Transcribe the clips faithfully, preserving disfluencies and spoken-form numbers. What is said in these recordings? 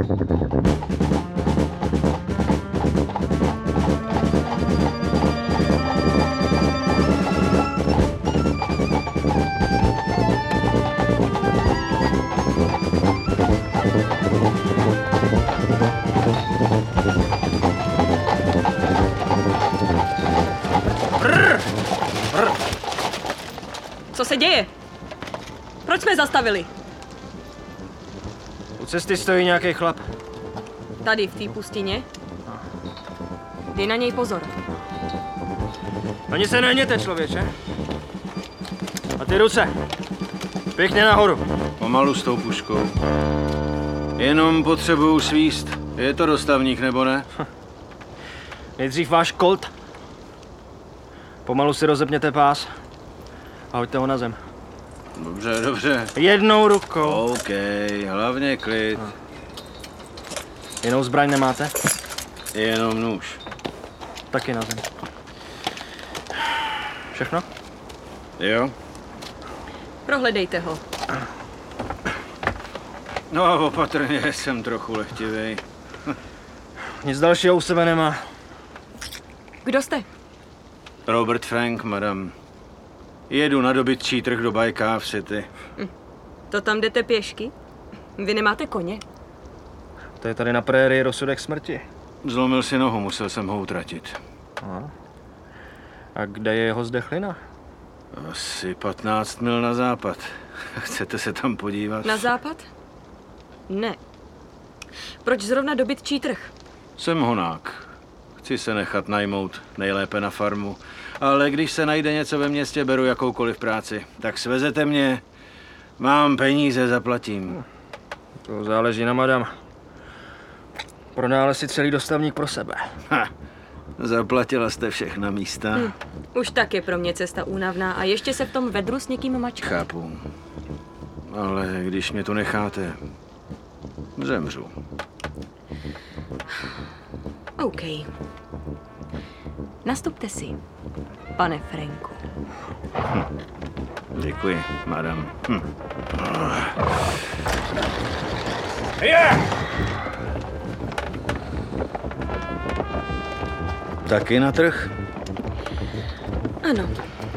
Co se děje? Proč jsme zastavili? U cesty stojí nějaký chlap. Tady v té pustině? Dej na něj pozor. Ani se nehněte, člověče. A ty ruce. Pěkně nahoru. Pomalu s tou puškou. Jenom potřebuju svíst. Je to dostavník, nebo ne? Nejdřív váš kolt. Pomalu si rozepněte pás a hoďte ho na zem. Dobře, dobře. Jednou rukou. OK, hlavně klid. No. Jinou zbraň nemáte? Jenom nůž. Taky na zem. Všechno? Jo? Prohledejte ho. No, opatrně, jsem trochu lehtivej. Nic dalšího u sebe nemá. Kdo jste? Robert Frank, madam. Jedu na dobytčí trh do Baycave City. Hm. To tam jdete pěšky? Vy nemáte koně? To je tady na prérii rozsudek smrti. Zlomil si nohu, musel jsem ho utratit. A, a kde je jeho zdechlina? Asi patnáct mil na západ. Chcete se tam podívat? Na západ? Ne. Proč zrovna dobytčí trh? Jsem honák. Chci se nechat najmout, nejlépe na farmu. Ale když se najde něco ve městě, beru jakoukoliv práci. Tak svezete mě, mám peníze, zaplatím. To záleží na madam. Prodále si celý dostavník pro sebe. Ha, zaplatila jste všechna místa. Hm. Už tak je pro mě cesta únavná a ještě se v tom vedru s někým mačkat. Chápu. Ale když mě tu necháte, zemřu. OK. Nastupte si, pane Franku. Hm. Děkuji, madam. Hm. Je! Taky na trh? Ano.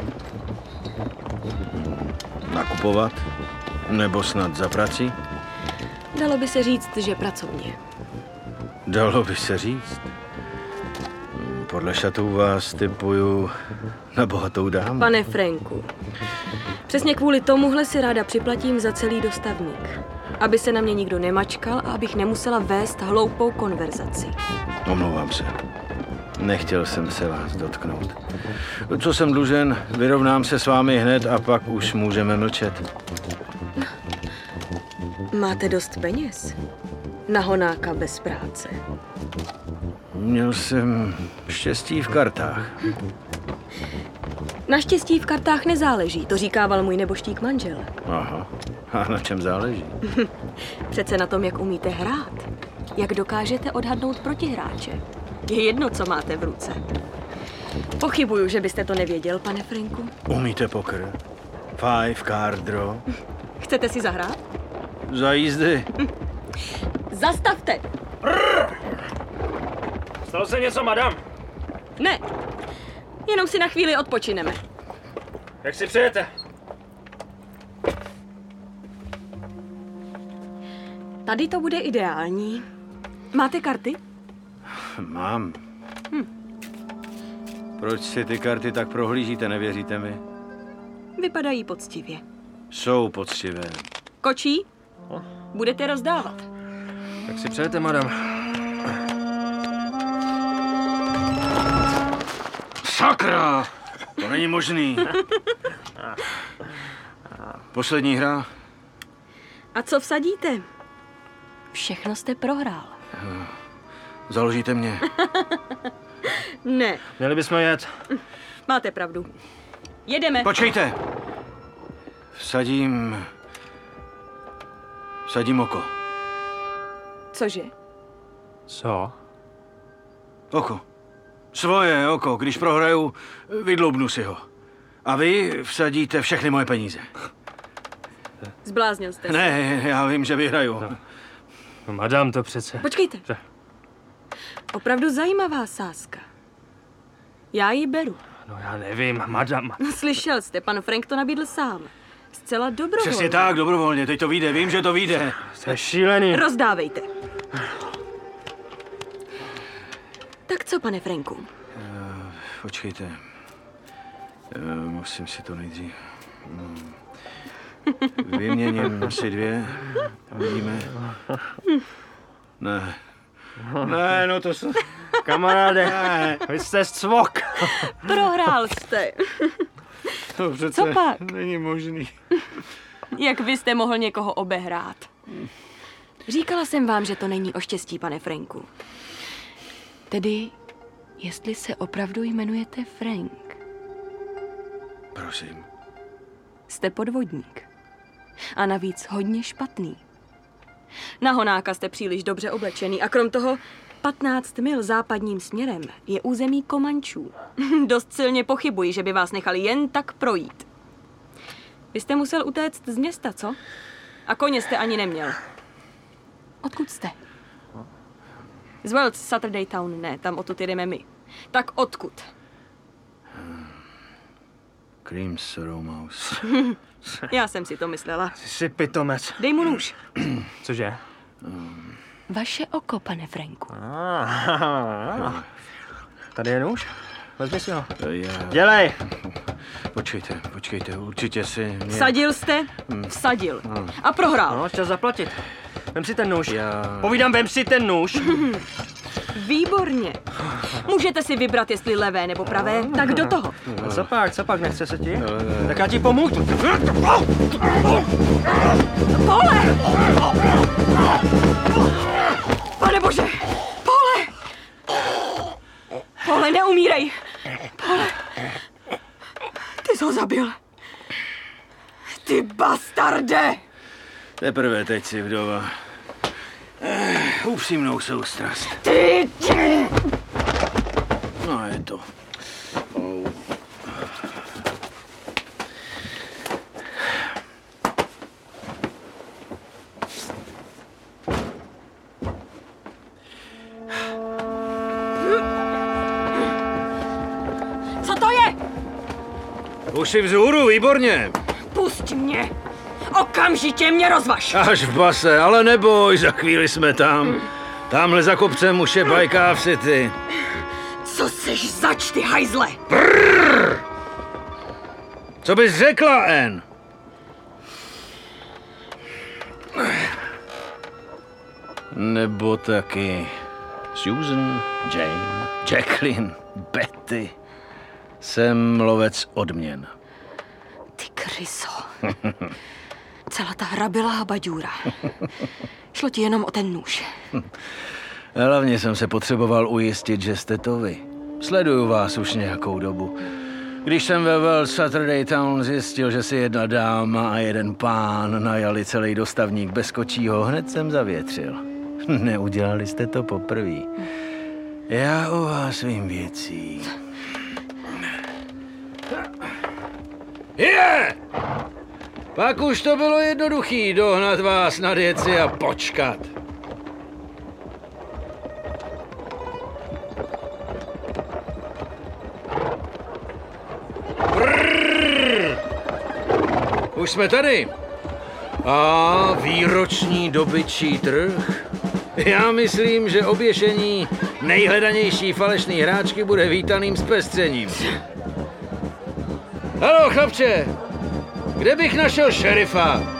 Nakupovat? Nebo snad za prací? Dalo by se říct, že pracovně. Dalo by se říct. Podle šatů vás typuju na bohatou dámu. Pane Franku, přesně kvůli tomuhle si ráda připlatím za celý dostavník. Aby se na mě nikdo nemačkal a abych nemusela vést hloupou konverzaci. Omlouvám se. Nechtěl jsem se vás dotknout. Co jsem dlužen, vyrovnám se s vámi hned a pak už můžeme mlčet. Máte dost peněz? Na honáka bez práce. Měl jsem štěstí v kartách. Naštěstí v kartách nezáleží, to říkával můj neboštík manžel. Aha. A na čem záleží? Přece na tom, jak umíte hrát. Jak dokážete odhadnout protihráče. Je jedno, co máte v ruce. Pochybuju, že byste to nevěděl, pane Franku. Umíte poker? Five card draw? Chcete si zahrát? Za jízdy? Zastavte! Stalo se něco, madam? Ne, jenom si na chvíli odpočineme. Jak si přejete? Tady to bude ideální. Máte karty? Mám. Hm. Proč si ty karty tak prohlížíte, nevěříte mi? Vypadají poctivě. Jsou poctivé. Kočí? Budete rozdávat. Jak si přejete, madam? Sakra! To není možný. Poslední hra? A co vsadíte? Všechno jste prohrál. Založíte mě? Ne. Měli bychom jet. Máte pravdu. Jedeme. Počkejte! Vsadím... Vsadím oko. Cože? Co? Oko. Svoje oko. Když prohraju, vydloubnu si ho. A vy vsadíte všechny moje peníze. Zbláznil jste se. Ne, já vím, že vyhraju. No. No, madam, to přece... Počkejte. Co? Opravdu zajímavá sázka. Já ji beru. No já nevím, madam. No, slyšel jste, pan Frank to nabídl sám. Zcela dobrovolně. Přesně tak, dobrovolně, teď to vyjde, vím, že to vyjde. To je šílený. Rozdávejte. Tak co, pane Franku? Uh, počkejte. Uh, musím si to nejdřív... Hmm. Vyměním asi dvě. Uvidíme. Ne. Ne, no to jsou... Kamaráde, Ne. vy jste cvok. Prohrál jste. To přece Co pak? není možný. Jak vy jste mohl někoho obehrát? Říkala jsem vám, že to není o štěstí, pane Franku. Tedy, jestli se opravdu jmenujete Frank, Prosím. jste podvodník. A navíc hodně špatný. Na Honáka jste příliš dobře oblečený a krom toho patnáct mil západním směrem je území Komančů. Dost silně pochybuji, že by vás nechali jen tak projít. Vy jste musel utéct z města, co? A koně jste ani neměl. Odkud jste? Z Wells Saturday Town, ne, tam odtud jedeme my. Tak odkud? Cream Sorrowmouse. Já jsem si to myslela. Ty jsi pitomec. Dej mu nůž. Cože? Vaše oko, pane Franku. Ah, tady je nůž. Vezmi si ho. Já... Dělej. Počkejte, počkejte, určitě si... Mě... Vsadil jste? Vsadil. A prohrál. No, chtěl zaplatit. Vem si ten nůž. Já... Povídám, vem si ten nůž. Výborně. Můžete si vybrat, jestli levé nebo pravé, tak do toho. No, co pak, co pak, nechce se ti? Tak já ti pomůžu. Pole! Pane bože! Pole! Pole, neumírej! Pole! Ty jsi ho zabil. Ty bastarde! Teprve teď si vdova. Eh, upřímnou soustrast. Ty! No je to. Oh. Co to je? Už jsi vzhůru, výborně. Pusť mě! Okamžitě mě rozvaž! Až v base, ale neboj, za chvíli jsme tam. Tamhle za kopcem už je Bajka v City. Co seš zač, ty hajzle? Brrr! Co bys řekla, Ann? Nebo taky Susan, Jane, Jacqueline, Betty. Jsem lovec odměn. Ty kryso. Celá ta hra byla habaďůra. Šlo ti jenom o ten nůž. Hlavně jsem se potřeboval ujistit, že jste to vy. Sleduju vás už nějakou dobu. Když jsem ve Wells Saturday Town zjistil, že si jedna dáma a jeden pán najali celý dostavník bez kočího, hned jsem zavětřil. Neudělali jste to poprvé. Já o vás vím věcí. Je! Pak už to bylo jednoduchý dohnat vás na věci a počkat. Brrr. Už jsme tady. A výroční dobyčí trh? Já myslím, že oběšení nejhledanější falešný hráčky bude vítaným zpestřením. Haló, chlapče, kde bych našel šerifa?